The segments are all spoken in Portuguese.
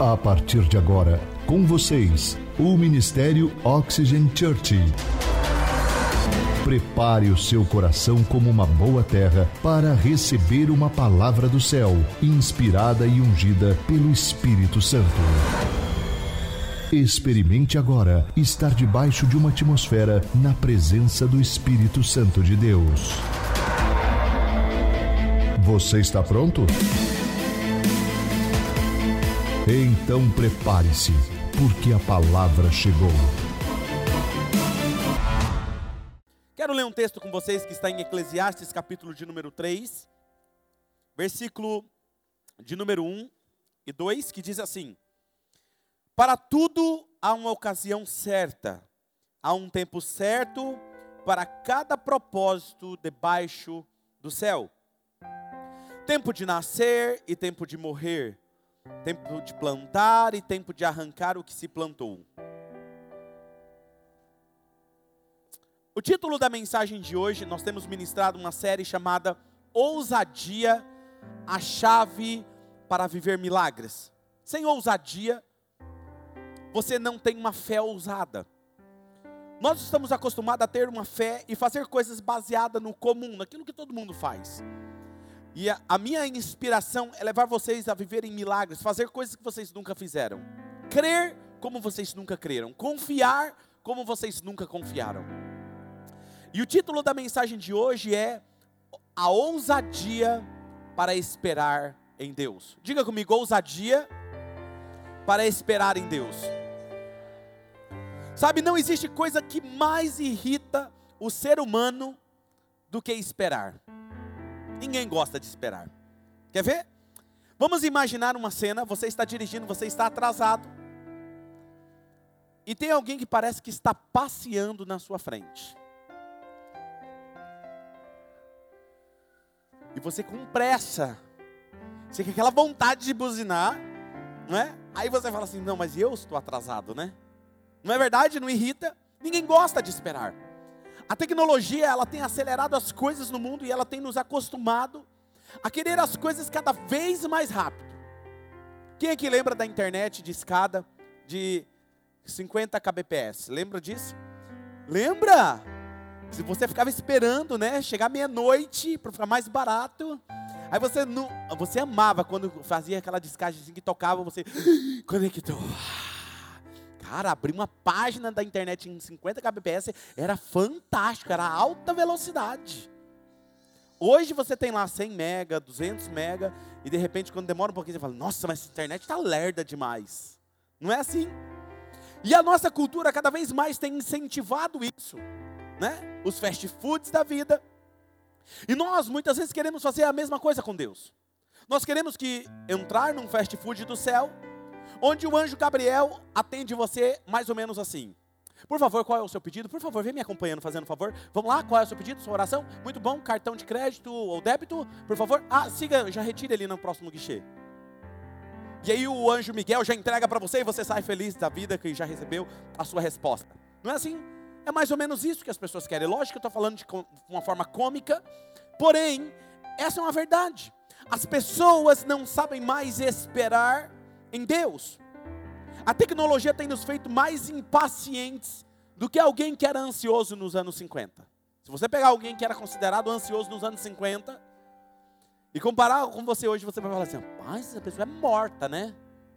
A partir de agora, com vocês, o Ministério Oxygen Church. Prepare o seu coração como uma boa terra para receber uma palavra do céu, inspirada e ungida pelo Espírito Santo. Experimente agora estar debaixo de uma atmosfera na presença do Espírito Santo de Deus. Você está pronto? Então prepare-se, porque a palavra chegou. Quero ler um texto com vocês que está em Eclesiastes, capítulo de número 3, versículo de número 1 e 2, que diz assim: para tudo há uma ocasião certa, há um tempo certo para cada propósito debaixo do céu. Tempo de nascer e tempo de morrer, tempo de plantar e tempo de arrancar o que se plantou. O título da mensagem de hoje, nós temos ministrado uma série chamada Ousadia, a chave para viver milagres. Sem ousadia, você não tem uma fé ousada. Nós estamos acostumados a ter uma fé e fazer coisas baseadas no comum, naquilo que todo mundo faz. E a minha inspiração é levar vocês a viverem milagres, fazer coisas que vocês nunca fizeram. Crer como vocês nunca creram. Confiar como vocês nunca confiaram. E o título da mensagem de hoje é a ousadia para esperar em Deus. Diga comigo, ousadia para esperar em Deus. Sabe, não existe coisa que mais irrita o ser humano do que esperar. Ninguém gosta de esperar. Quer ver? Vamos imaginar uma cena, você está dirigindo, você está atrasado. E tem alguém que parece que está passeando na sua frente. E você com pressa, você com aquela vontade de buzinar, não é? Aí você fala assim, não, mas eu estou atrasado, né? Não é verdade? Não irrita? Ninguém gosta de esperar. A tecnologia, ela tem acelerado as coisas no mundo e ela tem nos acostumado a querer as coisas cada vez mais rápido. Quem aqui lembra da internet de escada de 50 kbps? Lembra disso? Lembra? Se você ficava esperando, né, chegar meia-noite para ficar mais barato. Aí você amava quando fazia aquela descagem assim que tocava, você conectou. Cara, abrir uma página da internet em 50 kbps era fantástico, era alta velocidade. Hoje você tem lá 100 mega, 200 mega, e de repente quando demora um pouquinho você fala, nossa, mas essa internet está lerda demais. Não é assim? E a nossa cultura cada vez mais tem incentivado isso, né? Os fast foods da vida. E nós muitas vezes queremos fazer a mesma coisa com Deus. Nós queremos entrar num fast food do céu, onde o anjo Gabriel atende você mais ou menos assim. Por favor, qual é o seu pedido? Por favor, vem me acompanhando, fazendo um favor. Vamos lá, qual é o seu pedido, sua oração? Muito bom, cartão de crédito ou débito, por favor. Siga, já retire ali no próximo guichê. E aí o anjo Miguel já entrega para você e você sai feliz da vida que já recebeu a sua resposta. Não é assim? É mais ou menos isso que as pessoas querem. Lógico que eu estou falando de uma forma cômica, porém, essa é uma verdade. As pessoas não sabem mais esperar em Deus. A tecnologia tem nos feito mais impacientes do que alguém que era ansioso nos anos 50. Se você pegar alguém que era considerado ansioso nos anos 50 e comparar com você hoje, você vai falar assim, mas essa pessoa é morta, né?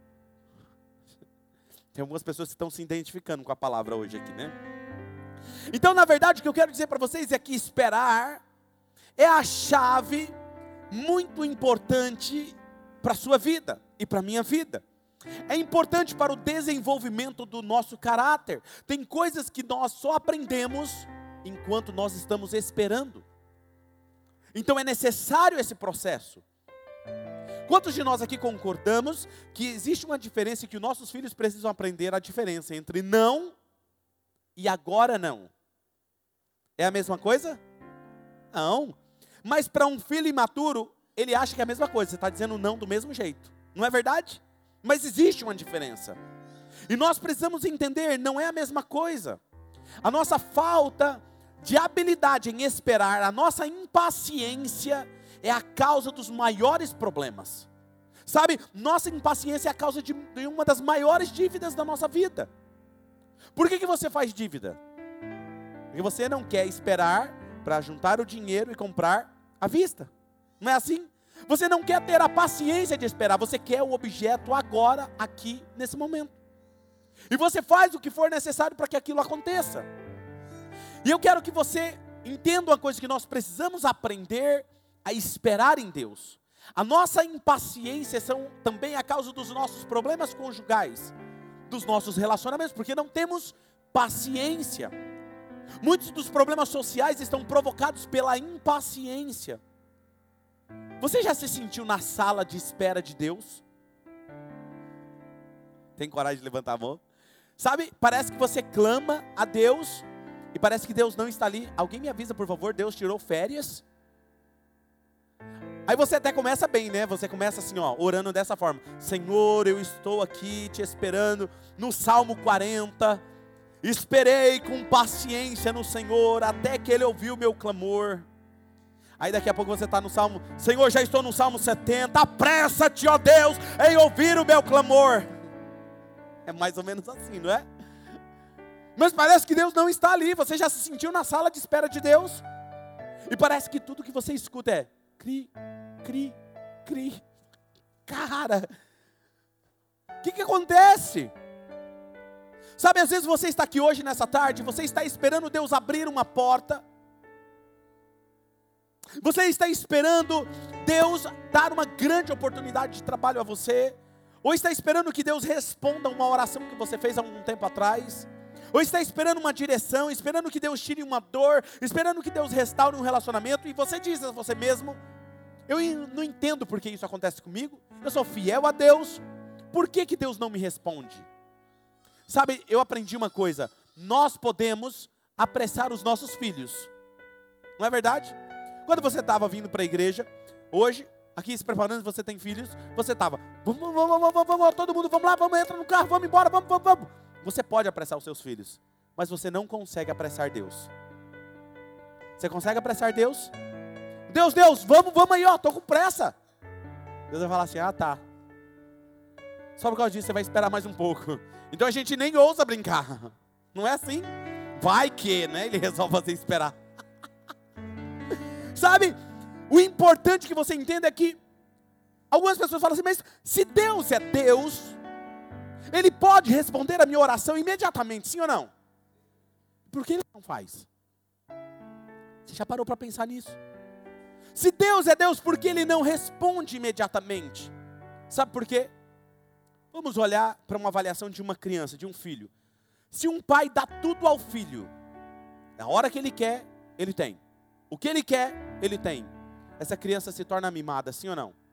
Tem algumas pessoas que estão se identificando com a palavra hoje aqui, né? Então, na verdade, o que eu quero dizer para vocês é que esperar é a chave muito importante para a sua vida e para a minha vida. É importante para o desenvolvimento do nosso caráter. Tem coisas que nós só aprendemos enquanto nós estamos esperando. Então é necessário esse processo. Quantos de nós aqui concordamos que existe uma diferença e que os nossos filhos precisam aprender a diferença entre não e agora não? É a mesma coisa? Não. Mas para um filho imaturo, ele acha que é a mesma coisa. Você está dizendo não do mesmo jeito. Não é verdade? Mas existe uma diferença. E nós precisamos entender, não é a mesma coisa. A nossa falta de habilidade em esperar, a nossa impaciência é a causa dos maiores problemas. Sabe, nossa impaciência é a causa de uma das maiores dívidas da nossa vida. Por que você faz dívida? Porque você não quer esperar para juntar o dinheiro e comprar à vista. Não é assim? Você não quer ter a paciência de esperar, você quer o objeto agora, aqui, nesse momento. E você faz o que for necessário para que aquilo aconteça. E eu quero que você entenda uma coisa, que nós precisamos aprender a esperar em Deus. A nossa impaciência são também a causa dos nossos problemas conjugais, dos nossos relacionamentos, porque não temos paciência. Muitos dos problemas sociais estão provocados pela impaciência. Você já se sentiu na sala de espera de Deus? Tem coragem de levantar a mão? Sabe, parece que você clama a Deus e parece que Deus não está ali. Alguém me avisa, por favor, Deus tirou férias? Aí você até começa bem, né? Você começa assim, ó, orando dessa forma: Senhor, eu estou aqui te esperando. No Salmo 40, esperei com paciência no Senhor, até que Ele ouviu o meu clamor. Aí daqui a pouco você está no Salmo: Senhor, já estou no Salmo 70, apressa-te, ó Deus, em ouvir o meu clamor. É mais ou menos assim, não é? Mas parece que Deus não está ali. Você já se sentiu na sala de espera de Deus? E parece que tudo que você escuta é cri, cri, cri. Cara, o que acontece? Sabe, às vezes você está aqui hoje nessa tarde, você está esperando Deus abrir uma porta. Você está esperando Deus dar uma grande oportunidade de trabalho a você. Ou está esperando que Deus responda uma oração que você fez há um tempo atrás. Ou está esperando uma direção, esperando que Deus tire uma dor, esperando que Deus restaure um relacionamento. E você diz a você mesmo: eu não entendo por que isso acontece comigo. Eu sou fiel a Deus. Por que Deus não me responde? Sabe, eu aprendi uma coisa: nós podemos apressar os nossos filhos. Não é verdade? Quando você estava vindo para a igreja, hoje, aqui se preparando, você tem filhos, você estava, vamos, todo mundo, vamos lá, vamos, entra no carro, vamos embora, vamos. Você pode apressar os seus filhos, mas você não consegue apressar Deus. Você consegue apressar Deus? Deus, vamos aí, ó, estou com pressa. Deus vai falar assim: ah, tá. Só por causa disso você vai esperar mais um pouco. Então a gente nem ousa brincar. Não é assim? Vai que, né? Ele resolve fazer esperar. Sabe, o importante que você entenda é que algumas pessoas falam assim: mas se Deus é Deus, Ele pode responder a minha oração imediatamente, sim ou não? Por que Ele não faz? Você já parou para pensar nisso? Se Deus é Deus, por que Ele não responde imediatamente? Sabe por quê? Vamos olhar para uma avaliação de uma criança, de um filho. Se um pai dá tudo ao filho, na hora que ele quer, ele tem. O que ele quer, ele tem. Essa criança se torna mimada, sim ou não?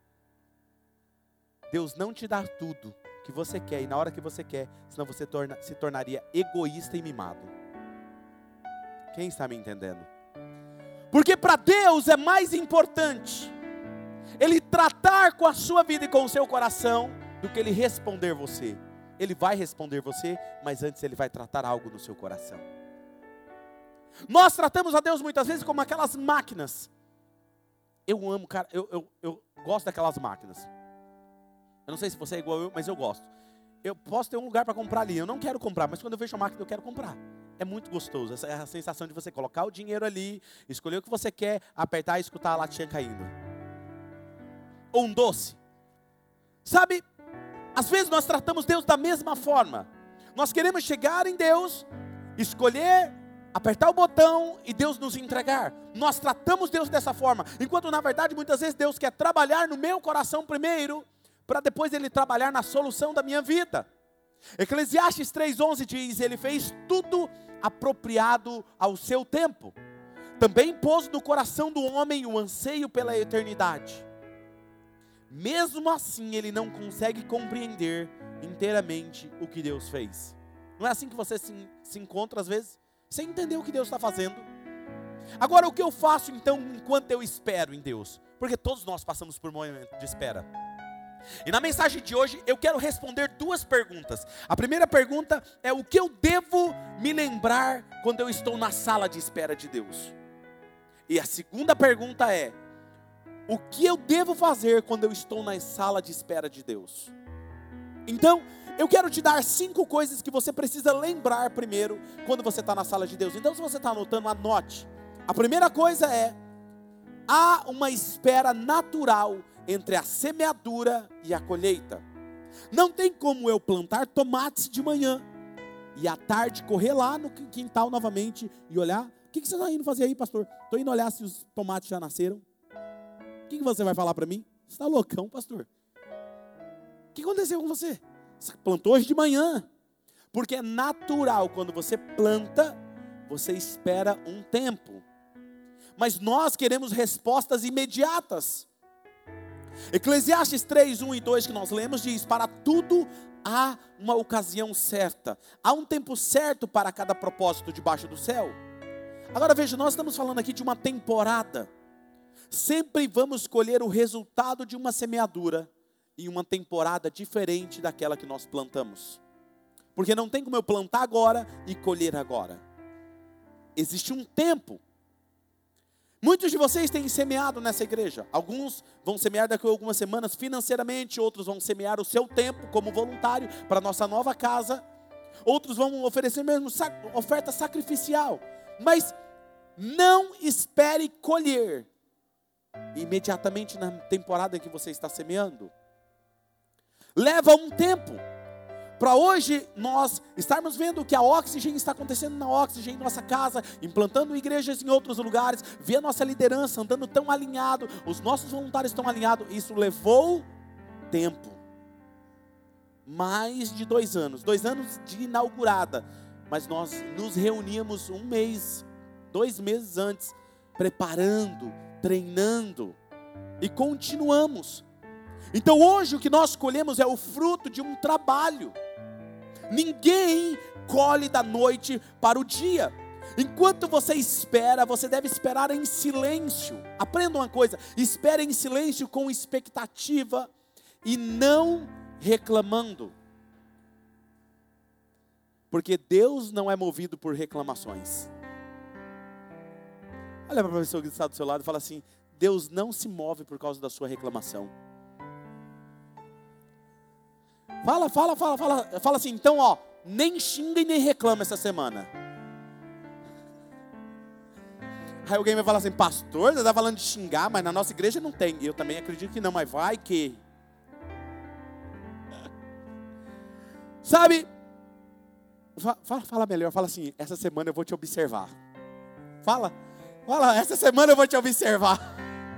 Deus não te dá tudo que você quer e na hora que você quer, senão você se tornaria egoísta e mimado. Quem está me entendendo? Porque para Deus é mais importante Ele tratar com a sua vida e com o seu coração do que Ele responder você. Ele vai responder você, mas antes Ele vai tratar algo no seu coração. Nós tratamos a Deus muitas vezes como aquelas máquinas. Eu amo, cara, eu gosto daquelas máquinas. Eu não sei se você é igual eu, mas eu gosto. Eu posso ter um lugar para comprar ali, eu não quero comprar, mas quando eu vejo a máquina eu quero comprar. É muito gostoso, essa é a sensação de você colocar o dinheiro ali, escolher o que você quer, apertar e escutar a latinha caindo. Ou um doce. Sabe, às vezes nós tratamos Deus da mesma forma. Nós queremos chegar em Deus, escolher, apertar o botão e Deus nos entregar. Nós tratamos Deus dessa forma, enquanto na verdade muitas vezes Deus quer trabalhar no meu coração primeiro, para depois Ele trabalhar na solução da minha vida. Eclesiastes 3:11 diz: Ele fez tudo apropriado ao seu tempo. Também pôs no coração do homem o anseio pela eternidade. Mesmo assim ele não consegue compreender inteiramente o que Deus fez. Não é assim que você se encontra às vezes? Sem entender o que Deus está fazendo. Agora, o que eu faço então enquanto eu espero em Deus? Porque todos nós passamos por um momento de espera. E na mensagem de hoje eu quero responder duas perguntas. A primeira pergunta é: o que eu devo me lembrar quando eu estou na sala de espera de Deus? E a segunda pergunta é: o que eu devo fazer quando eu estou na sala de espera de Deus. Então, eu quero te dar 5 coisas que você precisa lembrar primeiro quando você está na sala de Deus. Então, se você está anotando, anote. A primeira coisa é: há uma espera natural entre a semeadura e a colheita. Não tem como eu plantar tomates de manhã e à tarde correr lá no quintal novamente e olhar. O que você está indo fazer aí, pastor? Estou indo olhar se os tomates já nasceram. O que você vai falar para mim? Você está loucão, pastor? O que aconteceu com você? Você plantou hoje de manhã. Porque é natural, quando você planta, você espera um tempo. Mas nós queremos respostas imediatas. Eclesiastes 3, 1 e 2 que nós lemos diz: para tudo há uma ocasião certa. Há um tempo certo para cada propósito debaixo do céu. Agora veja, nós estamos falando aqui de uma temporada. Sempre vamos colher o resultado de uma semeadura em uma temporada diferente daquela que nós plantamos. Porque não tem como eu plantar agora e colher agora. Existe um tempo. Muitos de vocês têm semeado nessa igreja. Alguns vão semear daqui a algumas semanas financeiramente. Outros vão semear o seu tempo como voluntário para a nossa nova casa. Outros vão oferecer mesmo oferta sacrificial. Mas não espere colher imediatamente na temporada em que você está semeando. Leva um tempo. Para hoje nós estarmos vendo que a Oxygen está acontecendo na Oxygen, em nossa casa, implantando igrejas em outros lugares, ver a nossa liderança andando tão alinhado, os nossos voluntários estão alinhados, isso levou tempo. Mais de 2 anos, 2 anos de inaugurada, mas nós nos reuníamos 1 mês, 2 meses antes, preparando, treinando, e continuamos. Então hoje o que nós colhemos é o fruto de um trabalho. Ninguém colhe da noite para o dia. Enquanto você espera, você deve esperar em silêncio. Aprenda uma coisa: espere em silêncio com expectativa e não reclamando. Porque Deus não é movido por reclamações. Olha para a pessoa que está do seu lado e fala assim: Deus não se move por causa da sua reclamação. Fala assim, então nem xinga e nem reclama essa semana. Aí alguém vai falar assim: pastor, você está falando de xingar, mas na nossa igreja não tem. Eu também acredito que não, mas vai que. Sabe, fala melhor, fala assim: essa semana eu vou te observar. Fala, essa semana eu vou te observar.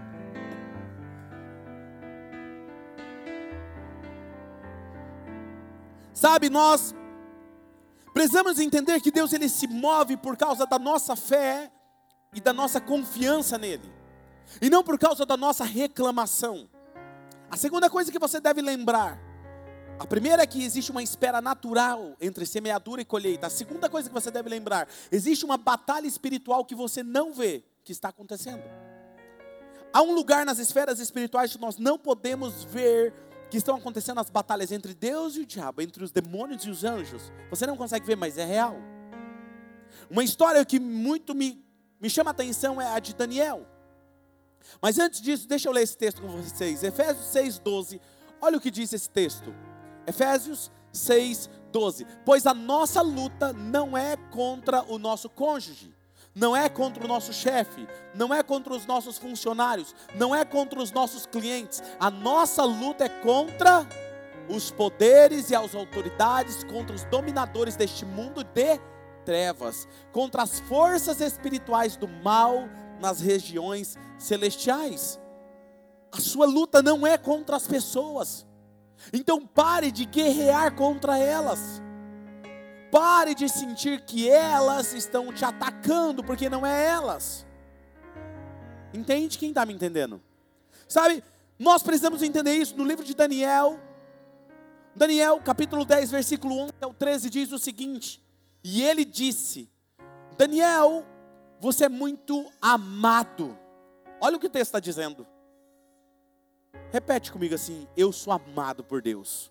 Sabe, nós precisamos entender que Deus ele se move por causa da nossa fé e da nossa confiança nele, e não por causa da nossa reclamação. A segunda coisa que você deve lembrar, a primeira é que existe uma espera natural entre semeadura e colheita. A segunda coisa que você deve lembrar, existe uma batalha espiritual que você não vê, que está acontecendo. Há um lugar nas esferas espirituais que nós não podemos ver, que estão acontecendo as batalhas entre Deus e o diabo, entre os demônios e os anjos. Você não consegue ver, mas é real. Uma história que muito me chama a atenção é a de Daniel. Mas antes disso, deixa eu ler esse texto com vocês. Efésios 6:12. Olha o que diz esse texto. Efésios 6:12. Pois a nossa luta não é contra o nosso cônjuge, não é contra o nosso chefe, não é contra os nossos funcionários, não é contra os nossos clientes. A nossa luta é contra os poderes e as autoridades, contra os dominadores deste mundo de trevas, contra as forças espirituais do mal nas regiões celestiais. A sua luta não é contra as pessoas. Então pare de guerrear contra elas. Pare de sentir que elas estão te atacando, porque não é elas. Entende? Quem está me entendendo? Sabe, nós precisamos entender isso. No livro de Daniel, capítulo 10, versículo 11 ao 13, diz o seguinte: e ele disse: Daniel, você é muito amado. Olha o que o texto está dizendo. Repete comigo assim: eu sou amado por Deus.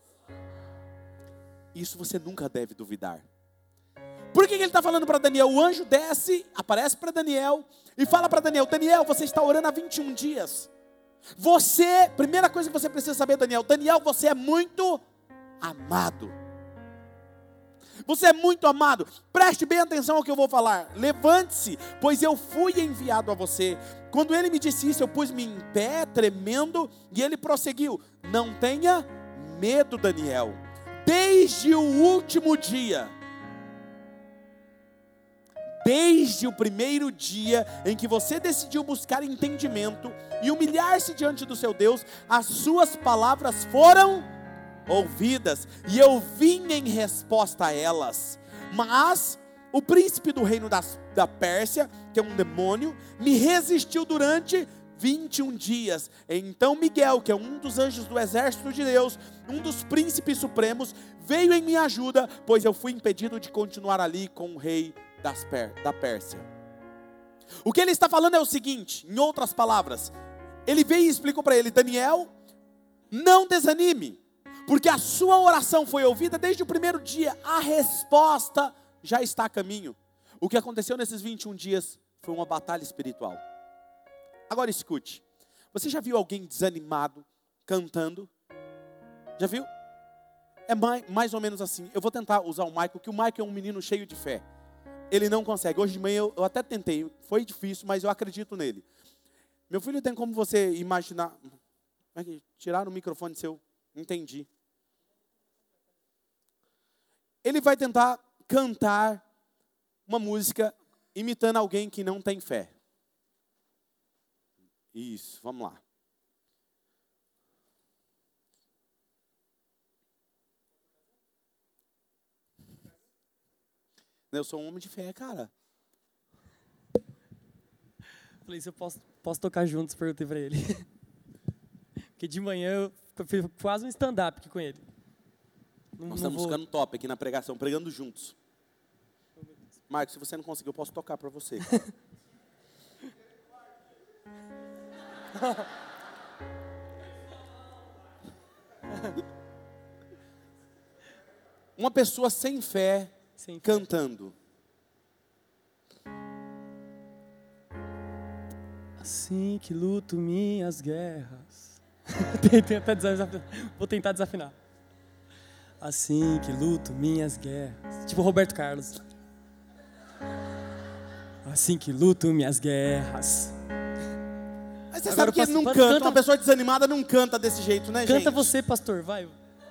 Isso você nunca deve duvidar. Por que ele está falando para Daniel? O anjo desce, aparece para Daniel e fala para Daniel: Daniel, você está orando há 21 dias. Primeira coisa que você precisa saber, Daniel, você é muito amado. Você é muito amado. Preste bem atenção ao que eu vou falar. Levante-se, pois eu fui enviado a você. Quando ele me disse isso, eu pus-me em pé, tremendo, e ele prosseguiu: não tenha medo, Daniel. Desde o último dia, desde o primeiro dia em que você decidiu buscar entendimento e humilhar-se diante do seu Deus, as suas palavras foram ouvidas, e eu vim em resposta a elas. Mas o príncipe do reino da Pérsia, que é um demônio, me resistiu durante 21 dias. Então Miguel, que é um dos anjos do exército de Deus, um dos príncipes supremos, veio em minha ajuda, pois eu fui impedido de continuar ali com o rei da Pérsia. O que ele está falando é o seguinte, em outras palavras, ele veio e explicou para ele: Daniel, não desanime, porque a sua oração foi ouvida desde o primeiro dia, a resposta já está a caminho. O que aconteceu nesses 21 dias foi uma batalha espiritual. Agora escute, você já viu alguém desanimado cantando? Já viu? É mais ou menos assim. Eu vou tentar usar o Michael, que o Michael é um menino cheio de fé. Ele não consegue. Hoje de manhã eu até tentei, foi difícil, mas eu acredito nele. Meu filho tem como você imaginar... Tiraram o microfone seu, entendi. Ele vai tentar cantar uma música imitando alguém que não tem fé. Isso, vamos lá. Eu sou um homem de fé, cara. Falei, se eu posso tocar juntos, perguntei pra ele. Porque de manhã eu fiz quase um stand-up aqui com ele. Nós estamos ficando top aqui na pregação, pregando juntos. Marcos, se você não conseguir, eu posso tocar para você. Uma pessoa sem fé, cantando. Assim que luto minhas guerras. Vou tentar desafinar. Assim que luto minhas guerras. Tipo Roberto Carlos. Assim que luto minhas guerras. Mas você sabe que ele não canta. Uma pessoa desanimada não canta desse jeito, né, gente? Canta você, pastor, vai.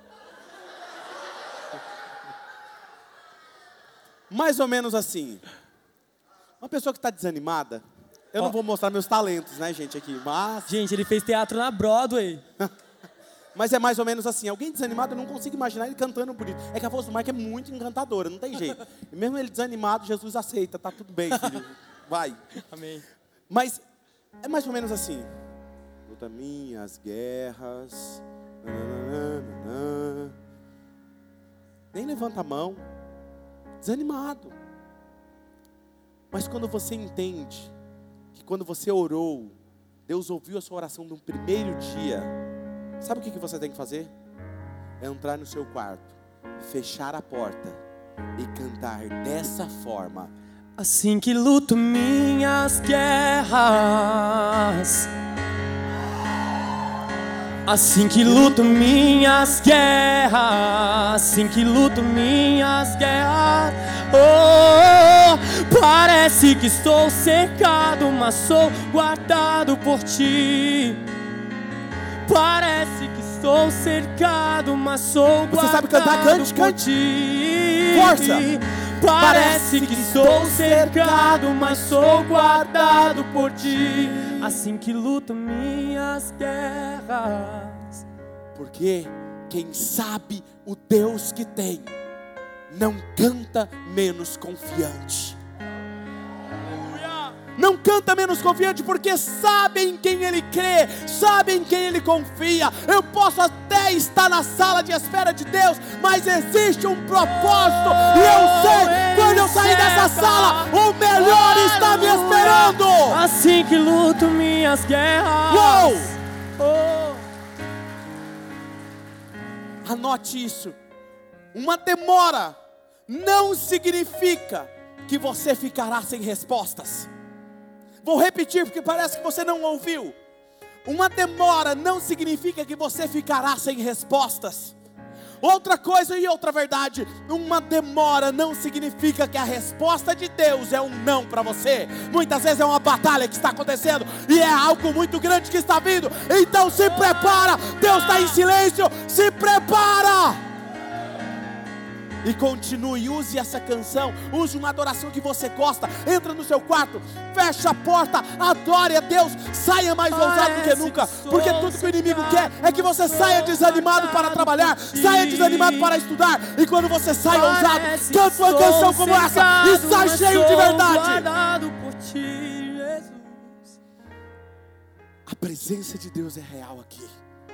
Mais ou menos assim. Uma pessoa que está desanimada, eu não vou mostrar meus talentos, né, gente, aqui, mas... Gente, ele fez teatro na Broadway. Mas é mais ou menos assim, alguém desanimado, eu não consigo imaginar ele cantando bonito. É que a voz do Mike é muito encantadora, não tem jeito. E mesmo ele desanimado, Jesus aceita, tá tudo bem, filho. Vai. Amém. Mas é mais ou menos assim. Luta minhas guerras. Nem levanta a mão. Desanimado. Mas quando você entende que quando você orou, Deus ouviu a sua oração no primeiro dia, sabe o que você tem que fazer? É entrar no seu quarto, fechar a porta e cantar dessa forma. Assim que luto minhas guerras, assim que luto minhas guerras, assim que luto minhas guerras. Oh, parece que estou cercado, mas sou guardado por ti. Parece que estou cercado, mas sou guardado. Você sabe cantar? Cante, cante. Força. Parece que estou cercado, mas sou guardado por ti. Assim que luto minhas guerras. Porque quem sabe o Deus que tem, não canta menos confiante. Não canta menos confiante, porque sabe em quem ele crê, sabe em quem ele confia. Eu posso até estar na sala de espera de Deus, mas existe um propósito, e eu sei, quando eu sair dessa sala, o melhor está me esperando. Assim que luto minhas guerras. Uou! Anote isso. Uma demora não significa que você ficará sem respostas. Vou repetir porque parece que você não ouviu. Uma demora não significa que você ficará sem respostas. Outra coisa e outra verdade, uma demora não significa que a resposta de Deus é um não para você. Muitas vezes é uma batalha que está acontecendo e é algo muito grande que está vindo. Então se prepara, Deus está em silêncio, se prepara. E continue, use essa canção, use uma adoração que você gosta. Entra no seu quarto, fecha a porta, adore a Deus, saia mais ousado do que nunca. Porque tudo que o inimigo quer é que você saia desanimado para trabalhar, saia desanimado para estudar. E quando você sai ousado, canta uma canção como essa e sai cheio de verdade. A presença de Deus é real aqui.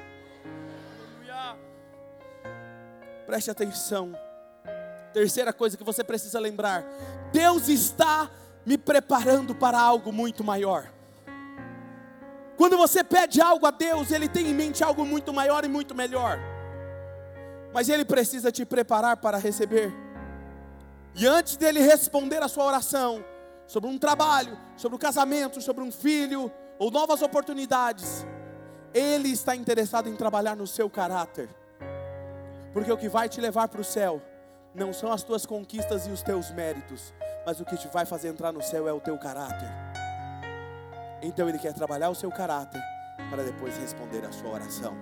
Preste atenção. Terceira coisa que você precisa lembrar: Deus está me preparando para algo muito maior. Quando você pede algo a Deus, Ele tem em mente algo muito maior e muito melhor. Mas Ele precisa te preparar para receber. E antes dele responder a sua oração sobre um trabalho, sobre um casamento, sobre um filho ou novas oportunidades, Ele está interessado em trabalhar no seu caráter. Porque o que vai te levar para o céu não são as tuas conquistas e os teus méritos, mas o que te vai fazer entrar no céu é o teu caráter. Então Ele quer trabalhar o seu caráter para depois responder a sua oração.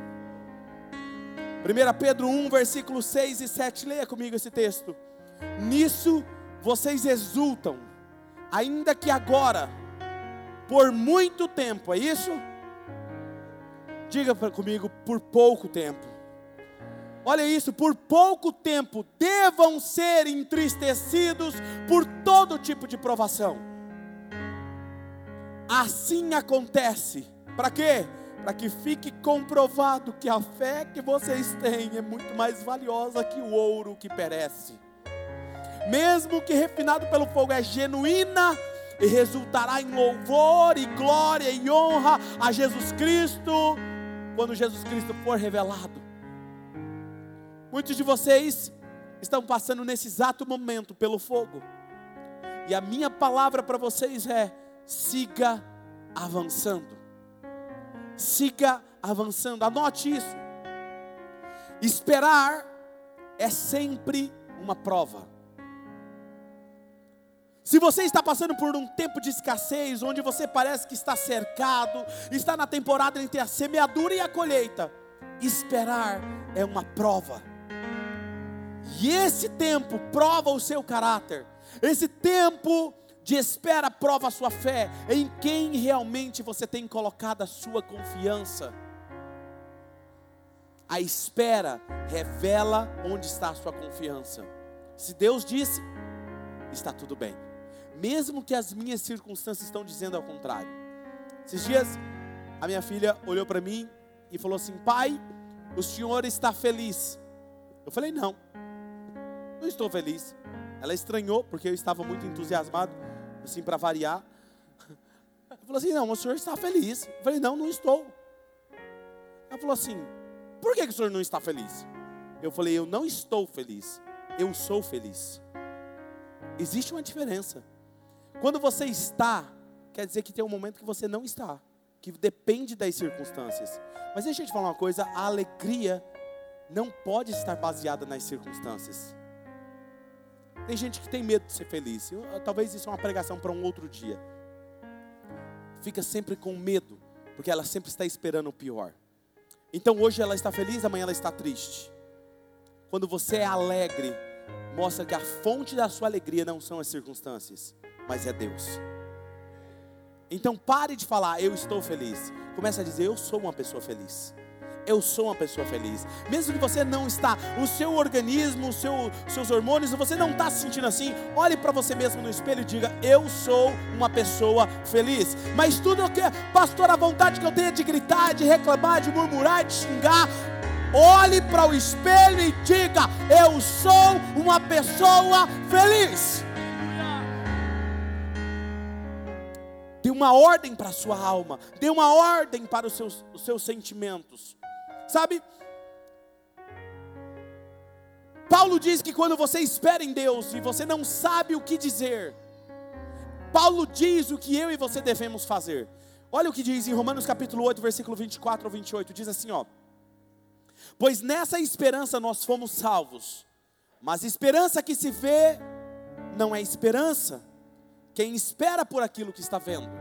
1 Pedro 1, versículos 6 e 7, leia comigo esse texto. Nisso vocês exultam, ainda que agora, por muito tempo, é isso? Diga comigo, por pouco tempo. Olha isso, por pouco tempo devam ser entristecidos por todo tipo de provação. Assim acontece, para quê? Para que fique comprovado que a fé que vocês têm é muito mais valiosa que o ouro que perece. Mesmo que refinado pelo fogo, é genuína e resultará em louvor e glória e honra a Jesus Cristo, quando Jesus Cristo for revelado. Muitos de vocês estão passando nesse exato momento pelo fogo. E a minha palavra para vocês é: siga avançando. Siga avançando. Anote isso. Esperar é sempre uma prova. Se você está passando por um tempo de escassez, onde você parece que está cercado, está na temporada entre a semeadura e a colheita, esperar é uma prova. E esse tempo prova o seu caráter. Esse tempo de espera prova a sua fé, em quem realmente você tem colocado a sua confiança. A espera revela onde está a sua confiança. Se Deus disse, está tudo bem, mesmo que as minhas circunstâncias estão dizendo ao contrário. Esses dias a minha filha olhou para mim e falou assim: pai, o senhor está feliz? Eu falei: não estou feliz. Ela estranhou, porque eu estava muito entusiasmado, assim, para variar. Ela falou assim: não, o senhor está feliz. Eu falei: não estou. Ela falou assim: por que o senhor não está feliz? Eu falei: eu não estou feliz, eu sou feliz. Existe uma diferença. Quando você está, quer dizer que tem um momento que você não está, que depende das circunstâncias. Mas deixa eu te falar uma coisa: a alegria não pode estar baseada nas circunstâncias. Tem gente que tem medo de ser feliz. Talvez isso é uma pregação para um outro dia. Fica sempre com medo, porque ela sempre está esperando o pior. Então hoje ela está feliz, amanhã ela está triste. Quando você é alegre, mostra que a fonte da sua alegria não são as circunstâncias, mas é Deus. Então pare de falar: eu estou feliz. Comece a dizer: eu sou uma pessoa feliz. Eu sou uma pessoa feliz. Mesmo que você não está, o seu organismo, seus hormônios, você não está se sentindo assim, olhe para você mesmo no espelho e diga: eu sou uma pessoa feliz. Mas tudo o que, pastor, a vontade que eu tenho é de gritar, de reclamar, de murmurar, de xingar, olhe para o espelho e diga: eu sou uma pessoa feliz. Dê uma ordem para a sua alma, dê uma ordem para os seus sentimentos. Sabe? Paulo diz que quando você espera em Deus e você não sabe o que dizer, Paulo diz o que eu e você devemos fazer. Olha o que diz em Romanos capítulo 8, versículo 24 ao 28, diz assim, ó: pois nessa esperança nós fomos salvos, mas esperança que se vê não é esperança. Quem espera por aquilo que está vendo.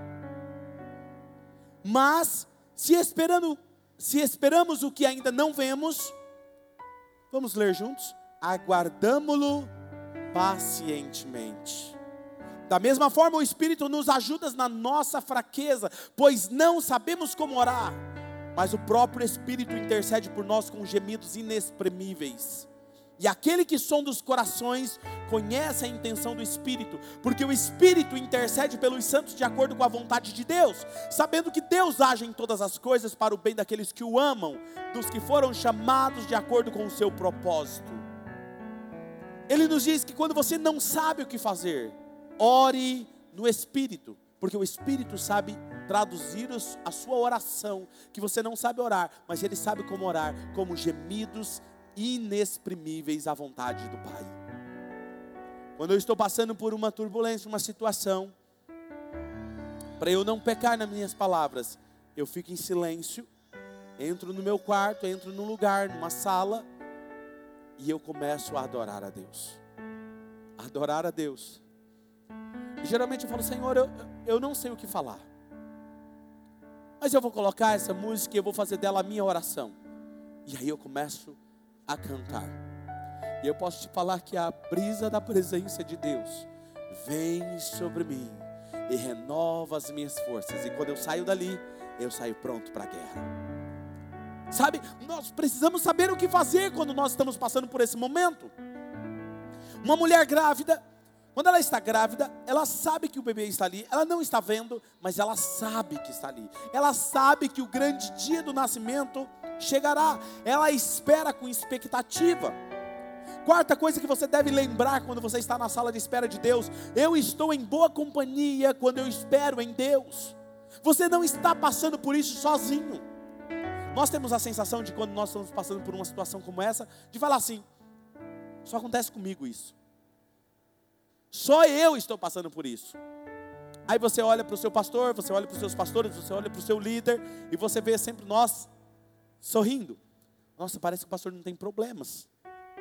Mas se esperamos o que ainda não vemos, vamos ler juntos? Aguardamo-lo pacientemente. Da mesma forma, o Espírito nos ajuda na nossa fraqueza, pois não sabemos como orar, mas o próprio Espírito intercede por nós com gemidos inexprimíveis. E aquele que sonda os corações conhece a intenção do Espírito, porque o Espírito intercede pelos santos de acordo com a vontade de Deus, sabendo que Deus age em todas as coisas para o bem daqueles que o amam, dos que foram chamados de acordo com o seu propósito. Ele nos diz que quando você não sabe o que fazer, ore no Espírito, porque o Espírito sabe traduzir a sua oração, que você não sabe orar, mas Ele sabe como orar, como gemidos inexprimíveis à vontade do Pai. Quando eu estou passando por uma turbulência, uma situação, para eu não pecar nas minhas palavras, eu fico em silêncio, entro no meu quarto, entro num lugar, numa sala, e eu começo a adorar a Deus. Adorar a Deus. E geralmente eu falo, Senhor, eu não sei o que falar, mas eu vou colocar essa música e eu vou fazer dela a minha oração. E aí eu começo a cantar. E eu posso te falar que a brisa da presença de Deus vem sobre mim e renova as minhas forças. E quando eu saio dali, eu saio pronto para a guerra. Sabe, nós precisamos saber o que fazer quando nós estamos passando por esse momento. Uma mulher grávida, quando ela está grávida, ela sabe que o bebê está ali. Ela não está vendo, mas ela sabe que está ali. Ela sabe que o grande dia do nascimento chegará. Ela espera com expectativa. Quarta coisa que você deve lembrar quando você está na sala de espera de Deus: eu estou em boa companhia quando eu espero em Deus. Você não está passando por isso sozinho. Nós temos a sensação de, quando nós estamos passando por uma situação como essa, de falar assim: só acontece comigo isso, só eu estou passando por isso. Aí você olha para o seu pastor, você olha para os seus pastores, você olha para o seu líder, e você vê sempre nós sorrindo. Nossa, parece que o pastor não tem problemas.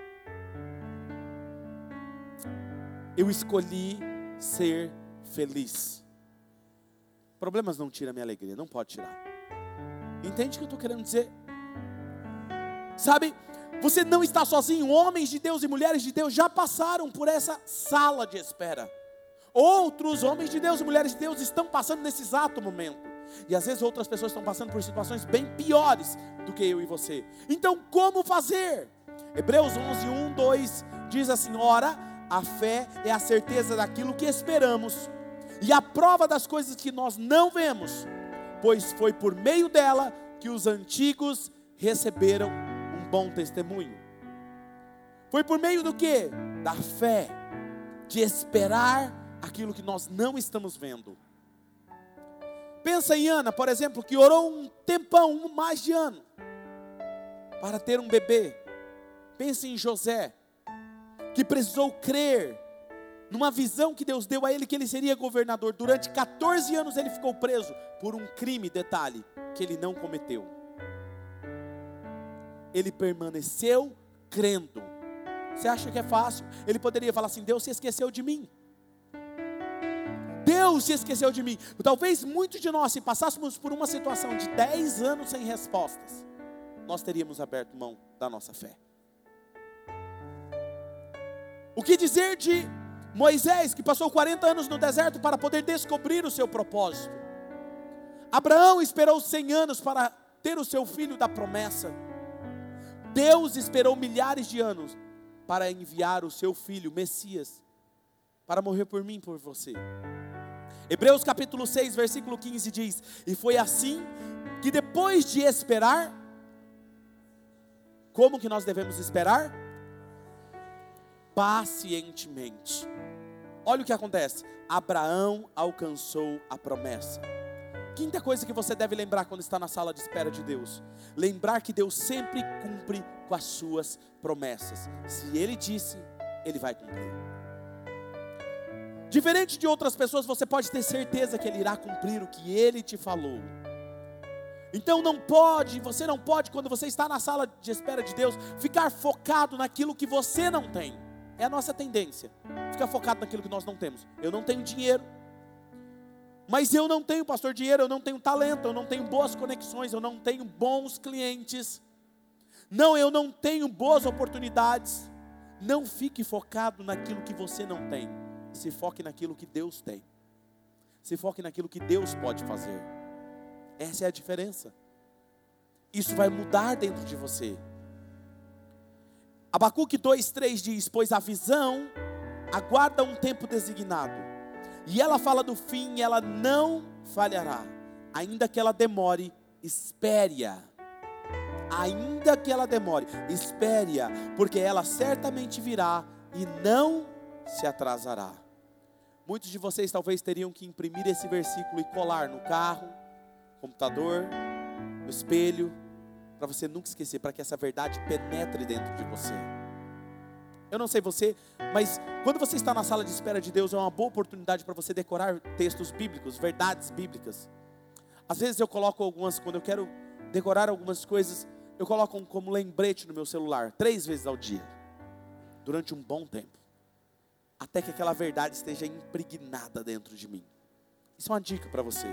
Eu escolhi ser feliz. Problemas não tiram a minha alegria, não pode tirar. Entende o que eu estou querendo dizer? Sabe, você não está sozinho. Homens de Deus e mulheres de Deus já passaram por essa sala de espera. Outros homens de Deus e mulheres de Deus estão passando nesse exato momento. E às vezes outras pessoas estão passando por situações bem piores do que eu e você. Então, como fazer? Hebreus 11, 1, 2 diz assim: ora, a fé é a certeza daquilo que esperamos e a prova das coisas que nós não vemos, pois foi por meio dela que os antigos receberam um bom testemunho. Foi por meio do quê? Da fé, de esperar aquilo que nós não estamos vendo. Pensa em Ana, por exemplo, que orou um tempão, mais de ano, para ter um bebê. Pensa em José, que precisou crer numa visão que Deus deu a ele, que ele seria governador. Durante 14 anos ele ficou preso por um crime, detalhe, que ele não cometeu. Ele permaneceu crendo. Você acha que é fácil? Ele poderia falar assim: Deus se esqueceu de mim. Deus se esqueceu de mim. Talvez muitos de nós, se passássemos por uma situação de 10 anos sem respostas, nós teríamos aberto mão da nossa fé. O que dizer de Moisés, que passou 40 anos no deserto para poder descobrir o seu propósito? Abraão esperou 100 anos para ter o seu filho da promessa. Deus esperou milhares de anos para enviar o seu filho, Messias, para morrer por mim e por você. Hebreus capítulo 6, versículo 15 diz: e foi assim que depois de esperar, como que nós devemos esperar? Pacientemente. Olha o que acontece: Abraão alcançou a promessa. Quinta coisa que você deve lembrar quando está na sala de espera de Deus: lembrar que Deus sempre cumpre com as suas promessas. Se Ele disse, Ele vai cumprir. Diferente de outras pessoas, você pode ter certeza que Ele irá cumprir o que Ele te falou. Então você não pode, quando você está na sala de espera de Deus, ficar focado naquilo que você não tem. É a nossa tendência, ficar focado naquilo que nós não temos. Eu não tenho dinheiro, mas eu não tenho, pastor, dinheiro, eu não tenho talento, eu não tenho boas conexões, eu não tenho bons clientes. Não, eu não tenho boas oportunidades. Não fique focado naquilo que você não tem. Se foque naquilo que Deus tem. Se foque naquilo que Deus pode fazer. Essa é a diferença. Isso vai mudar dentro de você. Abacuque 2:3 diz: pois a visão aguarda um tempo designado, e ela fala do fim, e ela não falhará. Ainda que ela demore, espere-a. Ainda que ela demore, espere-a, porque ela certamente virá e não se atrasará. Muitos de vocês talvez teriam que imprimir esse versículo e colar no carro, computador, no espelho, para você nunca esquecer, para que essa verdade penetre dentro de você. Eu não sei você, mas quando você está na sala de espera de Deus, é uma boa oportunidade para você decorar textos bíblicos, verdades bíblicas. Às vezes eu coloco algumas, quando eu quero decorar algumas coisas, eu coloco como lembrete no meu celular, 3 vezes ao dia, durante um bom tempo, até que aquela verdade esteja impregnada dentro de mim. Isso é uma dica para você.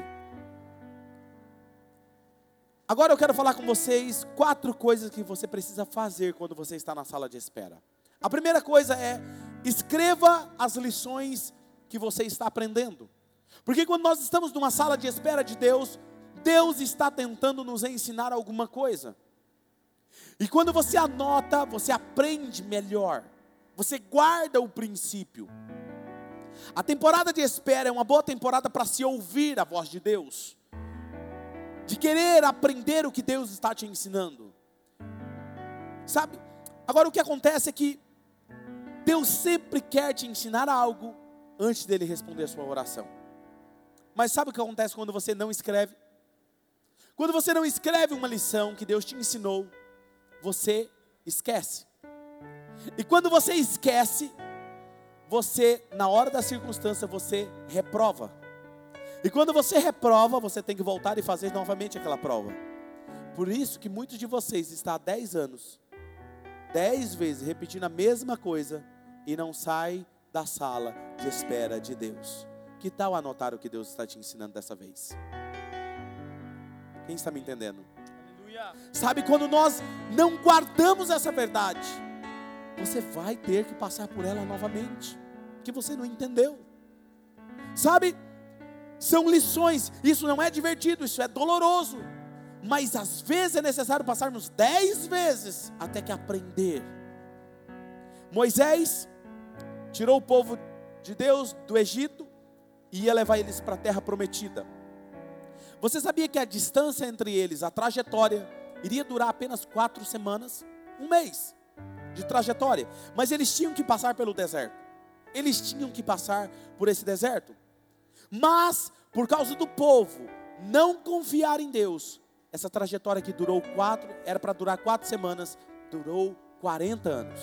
Agora eu quero falar com vocês 4 coisas que você precisa fazer quando você está na sala de espera. A primeira coisa é: escreva as lições que você está aprendendo. Porque quando nós estamos numa sala de espera de Deus, Deus está tentando nos ensinar alguma coisa. E quando você anota, você aprende melhor. Você guarda o princípio. A temporada de espera é uma boa temporada para se ouvir a voz de Deus, de querer aprender o que Deus está te ensinando. Sabe? Agora o que acontece é que Deus sempre quer te ensinar algo antes dele responder a sua oração. Mas sabe o que acontece quando você não escreve? Quando você não escreve uma lição que Deus te ensinou, você esquece. E quando você esquece, você, na hora da circunstância, você reprova. E quando você reprova, você tem que voltar e fazer novamente aquela prova. Por isso que muitos de vocês estão há 10 anos, 10 vezes repetindo a mesma coisa e não sai da sala de espera de Deus. Que tal anotar o que Deus está te ensinando dessa vez? Quem está me entendendo? Aleluia. Sabe, quando nós não guardamos essa verdade, você vai ter que passar por ela novamente, que você não entendeu. Sabe, são lições, isso não é divertido, isso é doloroso, mas às vezes é necessário passarmos 10 vezes até que aprender. Moisés tirou o povo de Deus do Egito e ia levar eles para a terra prometida. Você sabia que a distância entre eles, a trajetória, iria durar apenas 4 semanas, 1 mês de trajetória, mas eles tinham que passar pelo deserto. Eles tinham que passar por esse deserto. Mas, por causa do povo não confiar em Deus, essa trajetória que durou era para durar 4 semanas, durou 40 anos.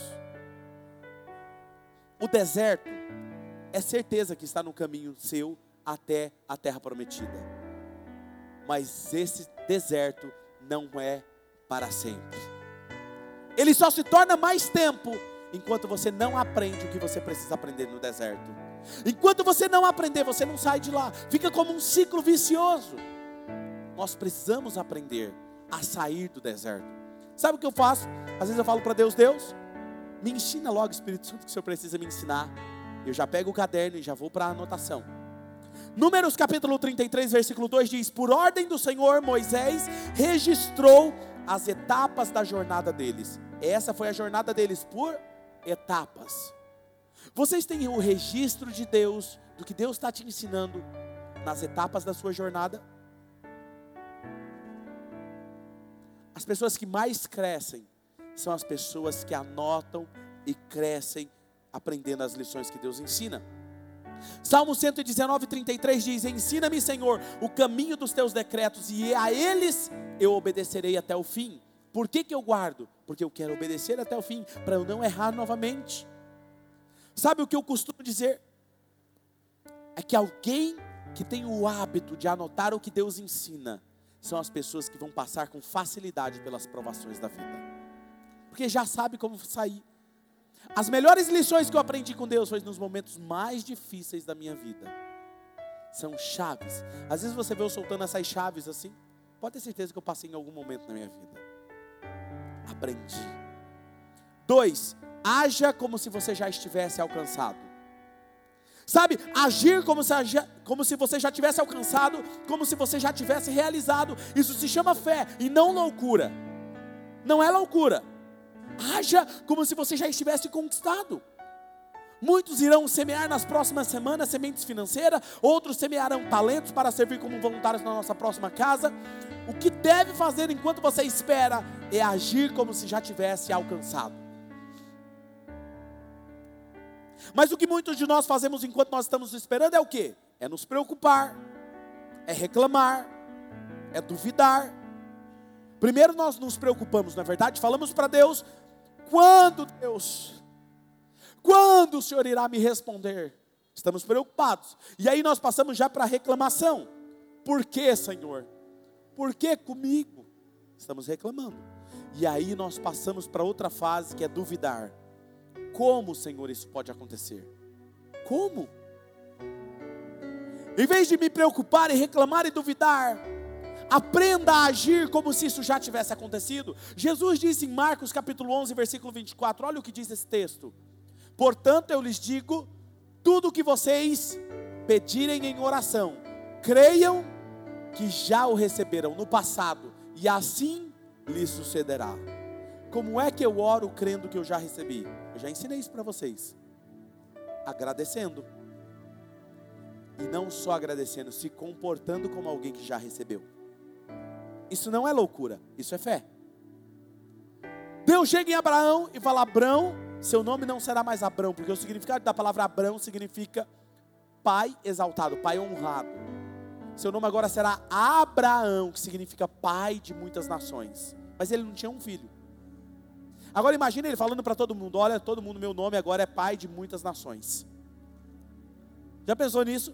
O deserto é certeza que está no caminho seu até a terra prometida. Mas esse deserto não é para sempre. Ele só se torna mais tempo enquanto você não aprende o que você precisa aprender no deserto. Enquanto você não aprender, você não sai de lá. Fica como um ciclo vicioso. Nós precisamos aprender a sair do deserto. Sabe o que eu faço? Às vezes eu falo para Deus: Deus, me ensina logo, Espírito Santo, que o Senhor precisa me ensinar. Eu já pego o caderno e já vou para a anotação. Números capítulo 33, versículo 2 diz: por ordem do Senhor, Moisés registrou as etapas da jornada deles. Essa foi a jornada deles por etapas. Vocês têm o registro de Deus, do que Deus está te ensinando nas etapas da sua jornada? As pessoas que mais crescem são as pessoas que anotam e crescem aprendendo as lições que Deus ensina. Salmo 119, 33 diz: ensina-me, Senhor, o caminho dos teus decretos, e a eles eu obedecerei até o fim. Por que eu guardo? Porque eu quero obedecer até o fim, para eu não errar novamente. Sabe o que eu costumo dizer? é que alguém que tem o hábito de anotar o que Deus ensina, são as pessoas que vão passar com facilidade pelas provações da vida. Porque já sabe como sair. As melhores lições que eu aprendi com Deus foi nos momentos mais difíceis da minha vida. São chaves. Às vezes você vê eu soltando essas chaves assim. Pode ter certeza que eu passei em algum momento na minha vida. Aprendi. 2, haja como se você já estivesse alcançado. Sabe, agir como se você já tivesse alcançado, como se você já tivesse realizado. Isso se chama fé e não loucura. Não é loucura. Haja como se você já estivesse conquistado. Muitos irão semear nas próximas semanas sementes financeiras, outros semearão talentos para servir como voluntários na nossa próxima casa. O que deve fazer enquanto você espera é agir como se já tivesse alcançado. Mas o que muitos de nós fazemos enquanto nós estamos esperando é o quê? É nos preocupar, é reclamar, é duvidar. Primeiro nós nos preocupamos, não é verdade? Falamos para Deus, quando o Senhor irá me responder? Estamos preocupados. E aí nós passamos já para a reclamação. Por que, Senhor? Por que comigo? Estamos reclamando. E aí nós passamos para outra fase que é duvidar. Como, Senhor, isso pode acontecer? Como? Em vez de me preocupar e reclamar e duvidar, aprenda a agir como se isso já tivesse acontecido. Jesus disse em Marcos capítulo 11, versículo 24, olha o que diz esse texto. Portanto, eu lhes digo, tudo o que vocês pedirem em oração, creiam que já o receberam no passado, e assim lhes sucederá. Como é que eu oro crendo que eu já recebi? Eu já ensinei isso para vocês. Agradecendo. E não só agradecendo, se comportando como alguém que já recebeu. Isso não é loucura, isso é fé. Deus chega em Abraão e fala, Abrão, seu nome não será mais Abrão, porque o significado da palavra Abrão significa pai exaltado, pai honrado. Seu nome agora será Abraão, que significa pai de muitas nações. Mas ele não tinha um filho. Agora imagine ele falando para todo mundo, olha, todo mundo, meu nome agora é pai de muitas nações. Já pensou nisso?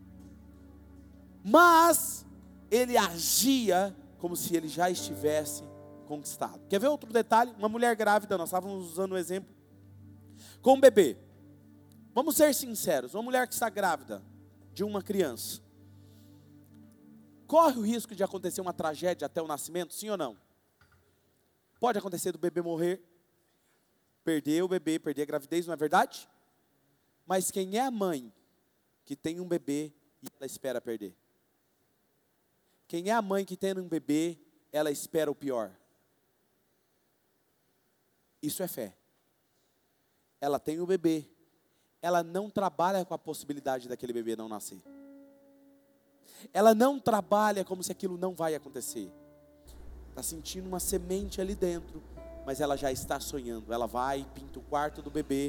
Mas ele agia como se ele já estivesse conquistado. Quer ver outro detalhe? Uma mulher grávida, nós estávamos usando um exemplo, com um bebê. Vamos ser sinceros, uma mulher que está grávida de uma criança, corre o risco de acontecer uma tragédia até o nascimento, sim ou não? Pode acontecer do bebê morrer, perder o bebê, perder a gravidez, não é verdade? Mas quem é a mãe que tem um bebê e ela espera perder? Quem é a mãe que tem um bebê, ela espera o pior? Isso é fé. Ela tem o bebê, ela não trabalha com a possibilidade daquele bebê não nascer. Ela não trabalha como se aquilo não vai acontecer. Está sentindo uma semente ali dentro, mas ela já está sonhando. Ela vai e pinta o quarto do bebê.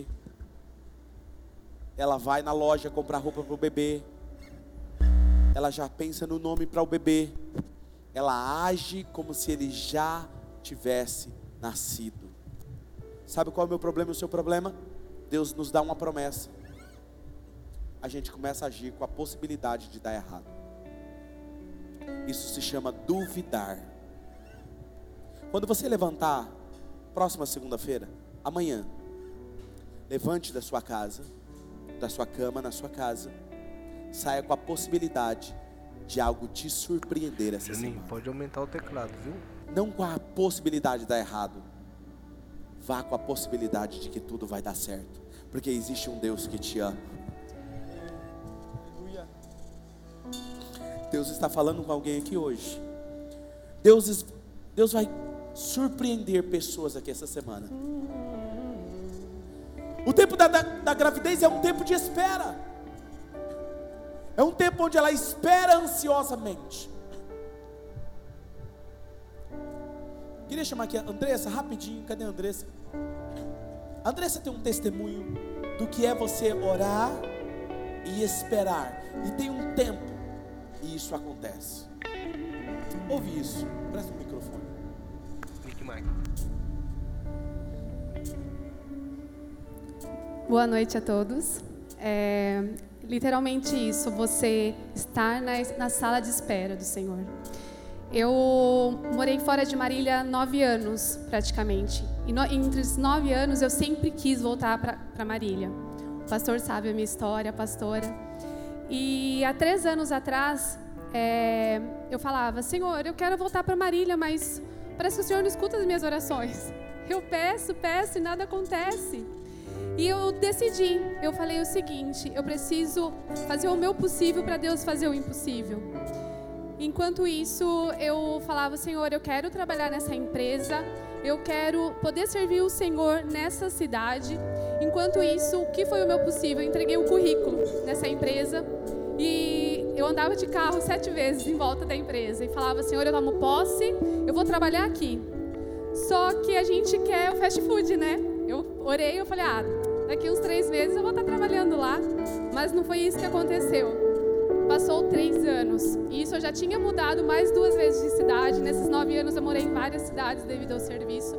Ela vai na loja comprar roupa para o bebê. Ela já pensa no nome para o bebê. Ela age como se ele já tivesse nascido. Sabe qual é o meu problema e o seu problema? Deus nos dá uma promessa. A gente começa a agir com a possibilidade de dar errado. Isso se chama duvidar. Quando você levantar, próxima segunda-feira, amanhã, levante da sua casa, da sua cama, na sua casa, saia com a possibilidade de algo te surpreender essa semana. Pode aumentar o teclado, viu? Não com a possibilidade de dar errado. Vá com a possibilidade de que tudo vai dar certo. Porque existe um Deus que te ama. Deus está falando com alguém aqui hoje. Deus vai surpreender pessoas aqui essa semana. O tempo da gravidez é um tempo de espera. É um tempo onde ela espera ansiosamente. Queria chamar aqui a Andressa, rapidinho. Cadê a Andressa? A Andressa tem um testemunho do que é você orar e esperar. E tem um tempo e isso acontece. Ouve isso. Presta o microfone. Boa noite a todos. literalmente isso, você estar na sala de espera do Senhor. Eu morei fora de Marília 9 anos, praticamente. E entre os 9 anos, eu sempre quis voltar para Marília. O pastor sabe a minha história, a pastora. E há 3 anos atrás, eu falava, Senhor, eu quero voltar para Marília, mas parece que o Senhor não escuta as minhas orações. Eu peço e nada acontece. E eu decidi, eu falei o seguinte, eu preciso fazer o meu possível para Deus fazer o impossível. Enquanto isso, eu falava, Senhor, eu quero trabalhar nessa empresa, eu quero poder servir o Senhor nessa cidade. Enquanto isso, o que foi o meu possível? Eu entreguei o currículo nessa empresa e eu andava de carro 7 vezes em volta da empresa e falava, Senhor, eu tomo posse, eu vou trabalhar aqui. Só que a gente quer o fast food, né? Eu orei, eu falei, daqui uns 3 meses eu vou estar trabalhando lá, mas não foi isso que aconteceu. Passou 3 anos, e isso eu já tinha mudado mais 2 vezes de cidade. Nesses 9 anos eu morei em várias cidades devido ao serviço.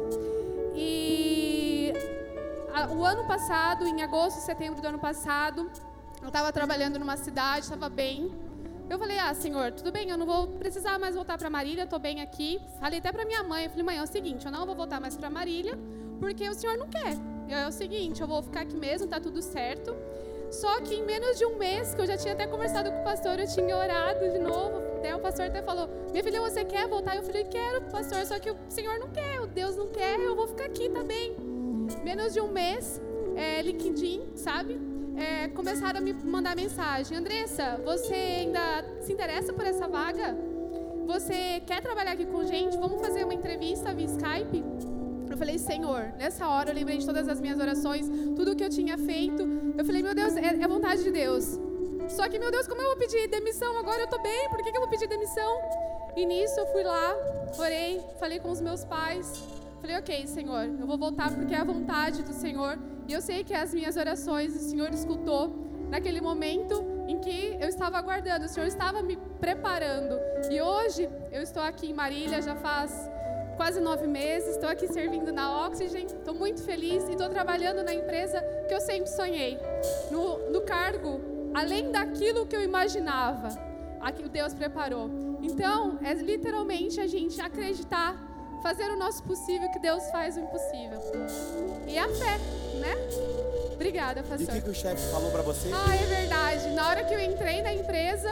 E o ano passado, em agosto, setembro do ano passado, eu estava trabalhando numa cidade, estava bem. Eu falei, Senhor, tudo bem, eu não vou precisar mais voltar para Marília, estou bem aqui. Falei até para minha mãe, eu falei, mãe, é o seguinte, eu não vou voltar mais para Marília, porque o Senhor não quer. É o seguinte, eu vou ficar aqui mesmo, tá tudo certo. Só que em menos de 1 mês, que eu já tinha até conversado com o pastor, eu tinha orado de novo. Até o pastor até falou, minha filha, você quer voltar? Eu falei, quero, pastor, só que o Senhor não quer, o Deus não quer, eu vou ficar aqui, tá bem. Menos de 1 mês, LinkedIn, sabe? Começaram a me mandar mensagem, Andressa, você ainda se interessa por essa vaga? Você quer trabalhar aqui com gente? Vamos fazer uma entrevista via Skype? Eu falei, Senhor, nessa hora eu lembrei de todas as minhas orações, tudo o que eu tinha feito. Eu falei, meu Deus, é vontade de Deus. Só que, meu Deus, como eu vou pedir demissão? Agora eu tô bem, por que eu vou pedir demissão? E nisso eu fui lá, orei, falei com os meus pais. Falei, ok, Senhor, eu vou voltar porque é a vontade do Senhor. E eu sei que as minhas orações o Senhor escutou naquele momento em que eu estava aguardando. O Senhor estava me preparando. E hoje eu estou aqui em Marília, já faz quase 9 meses, estou aqui servindo na Oxygen, estou muito feliz e estou trabalhando na empresa que eu sempre sonhei, no cargo, além daquilo que eu imaginava, aqui o Deus preparou. Então, é literalmente a gente acreditar, fazer o nosso possível, que Deus faz o impossível. E a fé, né? Obrigada, pastor. E o que o chefe falou para você? É verdade. Na hora que eu entrei na empresa,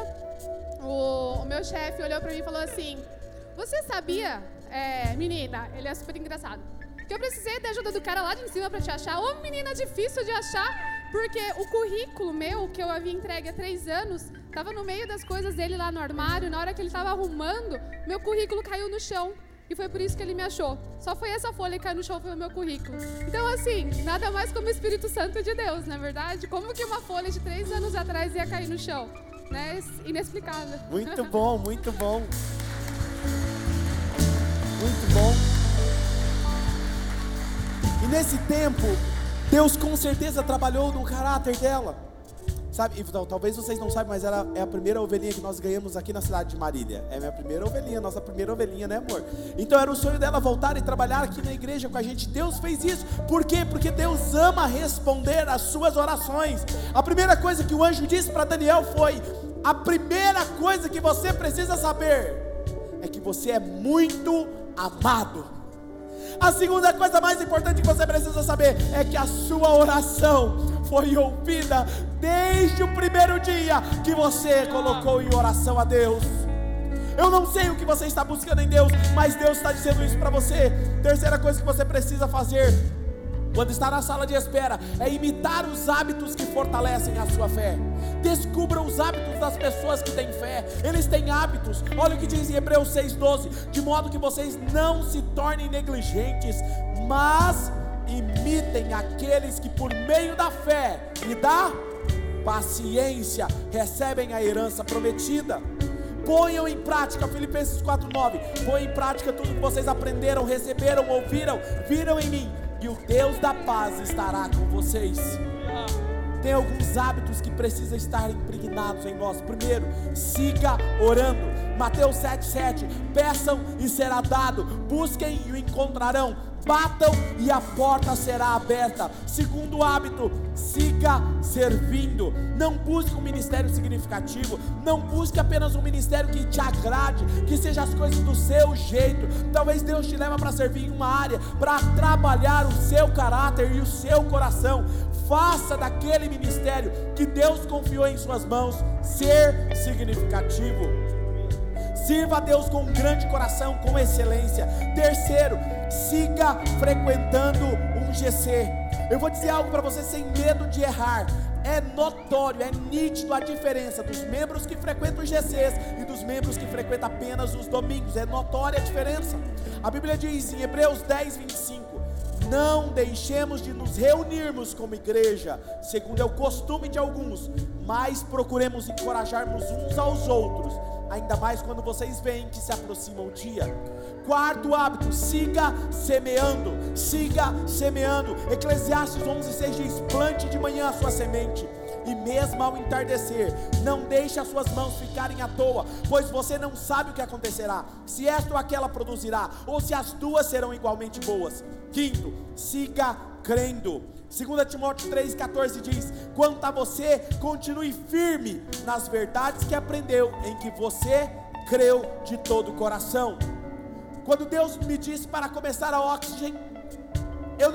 o meu chefe olhou para mim e falou assim, você sabia... menina, ele é super engraçado, que eu precisei da ajuda do cara lá de cima pra te achar. Ô, menina difícil de achar, porque o currículo meu, que eu havia entregue há 3 anos, tava no meio das coisas dele lá no armário. Na hora que ele tava arrumando, meu currículo caiu no chão. E foi por isso que ele me achou. Só foi essa folha que caiu no chão, foi o meu currículo. Então, assim, nada mais como o Espírito Santo de Deus, não é verdade? Como que uma folha de 3 anos atrás ia cair no chão? Né? Inexplicável. Muito bom, muito bom. Muito bom. E nesse tempo, Deus com certeza trabalhou no caráter dela. Sabe, talvez vocês não saibam, mas ela é a primeira ovelhinha que nós ganhamos aqui na cidade de Marília. É a minha primeira ovelhinha, nossa primeira ovelhinha, né, amor? Então era o sonho dela voltar e trabalhar aqui na igreja com a gente. Deus fez isso. Por quê? Porque Deus ama responder às suas orações. A primeira coisa que o anjo disse para Daniel foi: a primeira coisa que você precisa saber é que você é muito amado. A segunda coisa mais importante que você precisa saber é que a sua oração foi ouvida desde o primeiro dia que você colocou em oração a Deus. Eu não sei o que você está buscando em Deus, mas Deus está dizendo isso para você. Terceira coisa que você precisa fazer quando está na sala de espera é imitar os hábitos que fortalecem a sua fé. Descubra os hábitos das pessoas que têm fé. Eles têm hábitos. Olha o que diz em Hebreus 6:12: de modo que vocês não se tornem negligentes, mas imitem aqueles que por meio da fé e da paciência recebem a herança prometida. Ponham em prática, Filipenses 4:9, ponham em prática tudo que vocês aprenderam, receberam, ouviram, viram em mim, e o Deus da paz estará com vocês. tem alguns hábitos que precisam estar impregnados em nós. Primeiro, siga orando. Mateus 7,7: peçam e será dado, busquem e o encontrarão, batam e a porta será aberta. Segundo hábito, siga servindo. Não busque um ministério significativo, não busque apenas um ministério que te agrade, que seja as coisas do seu jeito. Talvez Deus te leve para servir em uma área, para trabalhar o seu caráter e o seu coração. Faça daquele ministério que Deus confiou em suas mãos ser significativo. Sirva a Deus com um grande coração, com excelência. Terceiro, siga frequentando um GC. Eu vou dizer algo para você sem medo de errar. É notório, é nítido a diferença dos membros que frequentam os GCs e dos membros que frequentam apenas os domingos. É notória a diferença. A Bíblia diz em Hebreus 10:25: não deixemos de nos reunirmos como igreja, segundo é o costume de alguns, mas procuremos encorajarmos uns aos outros, ainda mais quando vocês veem que se aproxima o dia. Quarto hábito, siga semeando, siga semeando. Eclesiastes 11:6 diz: plante de manhã a sua semente, e mesmo ao entardecer, não deixe as suas mãos ficarem à toa, pois você não sabe o que acontecerá, se esta ou aquela produzirá, ou se as duas serão igualmente boas. Quinto, siga crendo. 2 Timóteo 3,14 diz: quanto a você, continue firme nas verdades que aprendeu, em que você creu de todo o coração. Quando Deus me disse para começar a Oxygen, eu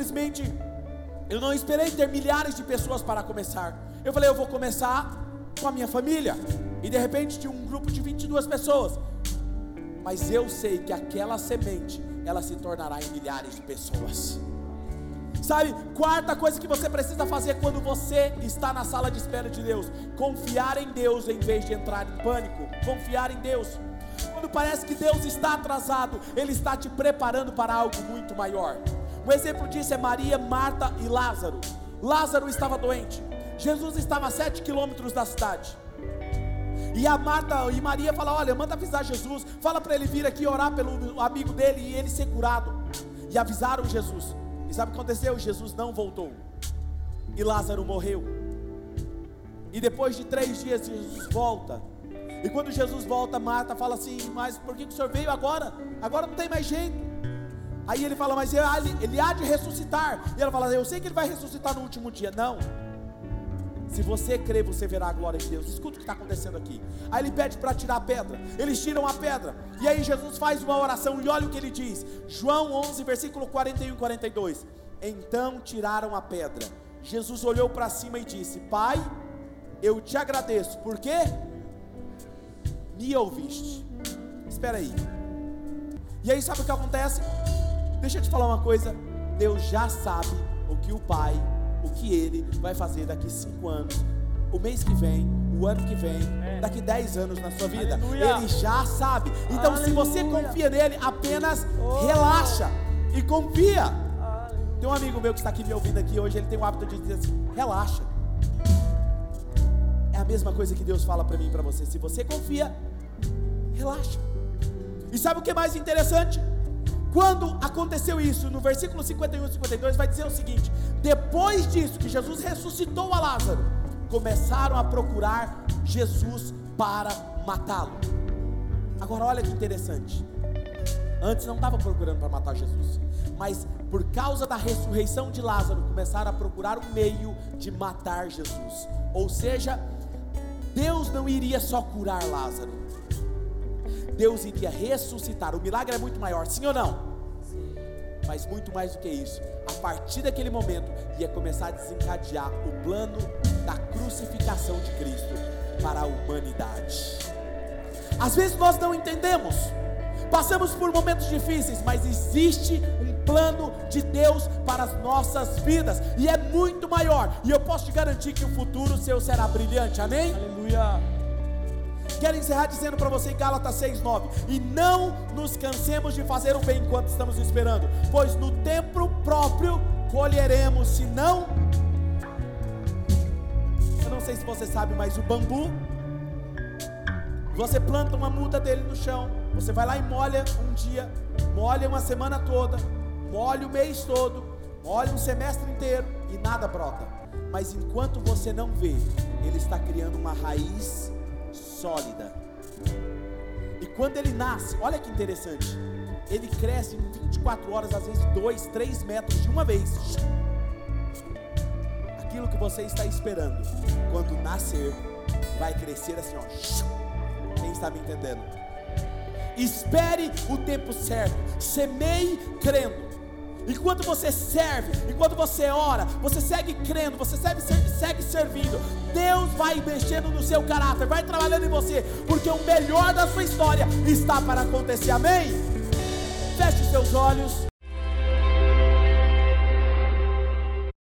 não esperei ter milhares de pessoas para começar. Eu falei, eu vou começar com a minha família. E de repente tinha um grupo de 22 pessoas. Mas eu sei que aquela semente, ela se tornará em milhares de pessoas. Sabe, quarta coisa que você precisa fazer quando você está na sala de espera de Deus: confiar em Deus em vez de entrar em pânico. Confiar em Deus. Quando parece que Deus está atrasado, Ele está te preparando para algo muito maior. Um exemplo disso é Maria, Marta e Lázaro. Lázaro estava doente, Jesus estava a 7 quilômetros da cidade. E a Marta e Maria falam: olha, manda avisar Jesus, fala para ele vir aqui orar pelo amigo dele e ele ser curado. E avisaram Jesus. E sabe o que aconteceu? Jesus não voltou, e Lázaro morreu. E depois de 3 dias Jesus volta. E quando Jesus volta, Marta fala assim: mas por que o senhor veio agora? Agora não tem mais jeito. Aí ele fala: mas ele há de ressuscitar. E ela fala: eu sei que ele vai ressuscitar no último dia. Não. Se você crer, você verá a glória de Deus. Escuta o que está acontecendo aqui. Aí ele pede para tirar a pedra. Eles tiram a pedra. E aí Jesus faz uma oração. E olha o que ele diz. João 11, versículo 41 e 42. Então tiraram a pedra. Jesus olhou para cima e disse: Pai, eu te agradeço. Por quê? Me ouviste. Espera aí. E aí sabe o que acontece? Deixa eu te falar uma coisa. Deus já sabe o que o Pai, o que Ele vai fazer daqui 5 anos, o mês que vem, o ano que vem, daqui 10 anos na sua vida. Aleluia. Ele já sabe. Então aleluia, se você confia nele, apenas relaxa e confia. Aleluia. Tem um amigo meu que está aqui me ouvindo aqui hoje. Ele tem o hábito de dizer assim: relaxa. É a mesma coisa que Deus fala para mim e para você. Se você confia, relaxa. E sabe o que é mais interessante? Quando aconteceu isso, no versículo 51 e 52 vai dizer o seguinte: depois disso que Jesus ressuscitou a Lázaro, começaram a procurar Jesus para matá-lo. Agora olha que interessante. Antes não estavam procurando para matar Jesus, mas por causa da ressurreição de Lázaro, começaram a procurar um meio de matar Jesus. Ou seja, Deus não iria só curar Lázaro, Deus iria ressuscitar. O milagre é muito maior, sim ou não? Sim. Mas muito mais do que isso, a partir daquele momento ia começar a desencadear o plano da crucificação de Cristo para a humanidade. Às vezes nós não entendemos, passamos por momentos difíceis, mas existe um plano de Deus para as nossas vidas, e é muito maior, e eu posso te garantir que o futuro seu será brilhante, amém? Aleluia. Quero encerrar dizendo para você em Gálatas 6:9: e não nos cansemos de fazer o bem enquanto estamos esperando, pois no tempo próprio colheremos, se não... Eu não sei se você sabe, mas o bambu, você planta uma muda dele no chão, você vai lá e molha um dia, molha uma semana toda, molha o mês todo, Olha um semestre inteiro e nada brota. Mas enquanto você não vê, ele está criando uma raiz sólida. E quando ele nasce, olha que interessante, ele cresce em 24 horas, às vezes 2, 3 metros de uma vez. Aquilo que você está esperando, quando nascer, vai crescer assim, ó. Quem está me entendendo? Espere o tempo certo, semeie crendo. Enquanto você serve, enquanto você ora, você segue crendo, você segue servindo, Deus vai mexendo no seu caráter, vai trabalhando em você, porque o melhor da sua história está para acontecer, amém? Feche os seus olhos.